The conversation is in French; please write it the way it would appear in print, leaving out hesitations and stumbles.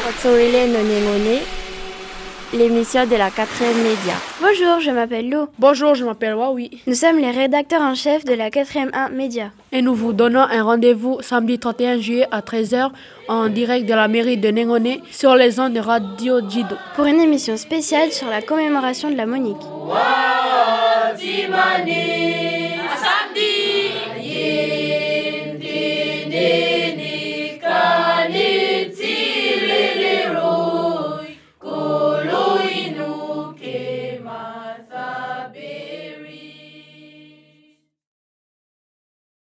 Otsoile no Nengone, l'émission de la 4e média. Bonjour, je m'appelle Lou. Bonjour, je m'appelle Wawi. Nous sommes les rédacteurs en chef de la 4e 1 média. Et nous vous donnons un rendez-vous samedi 31 juillet à 13h en direct de la mairie de Nengone sur les ondes de Radio Jido. Pour une émission spéciale sur la commémoration de la Monique. Wow,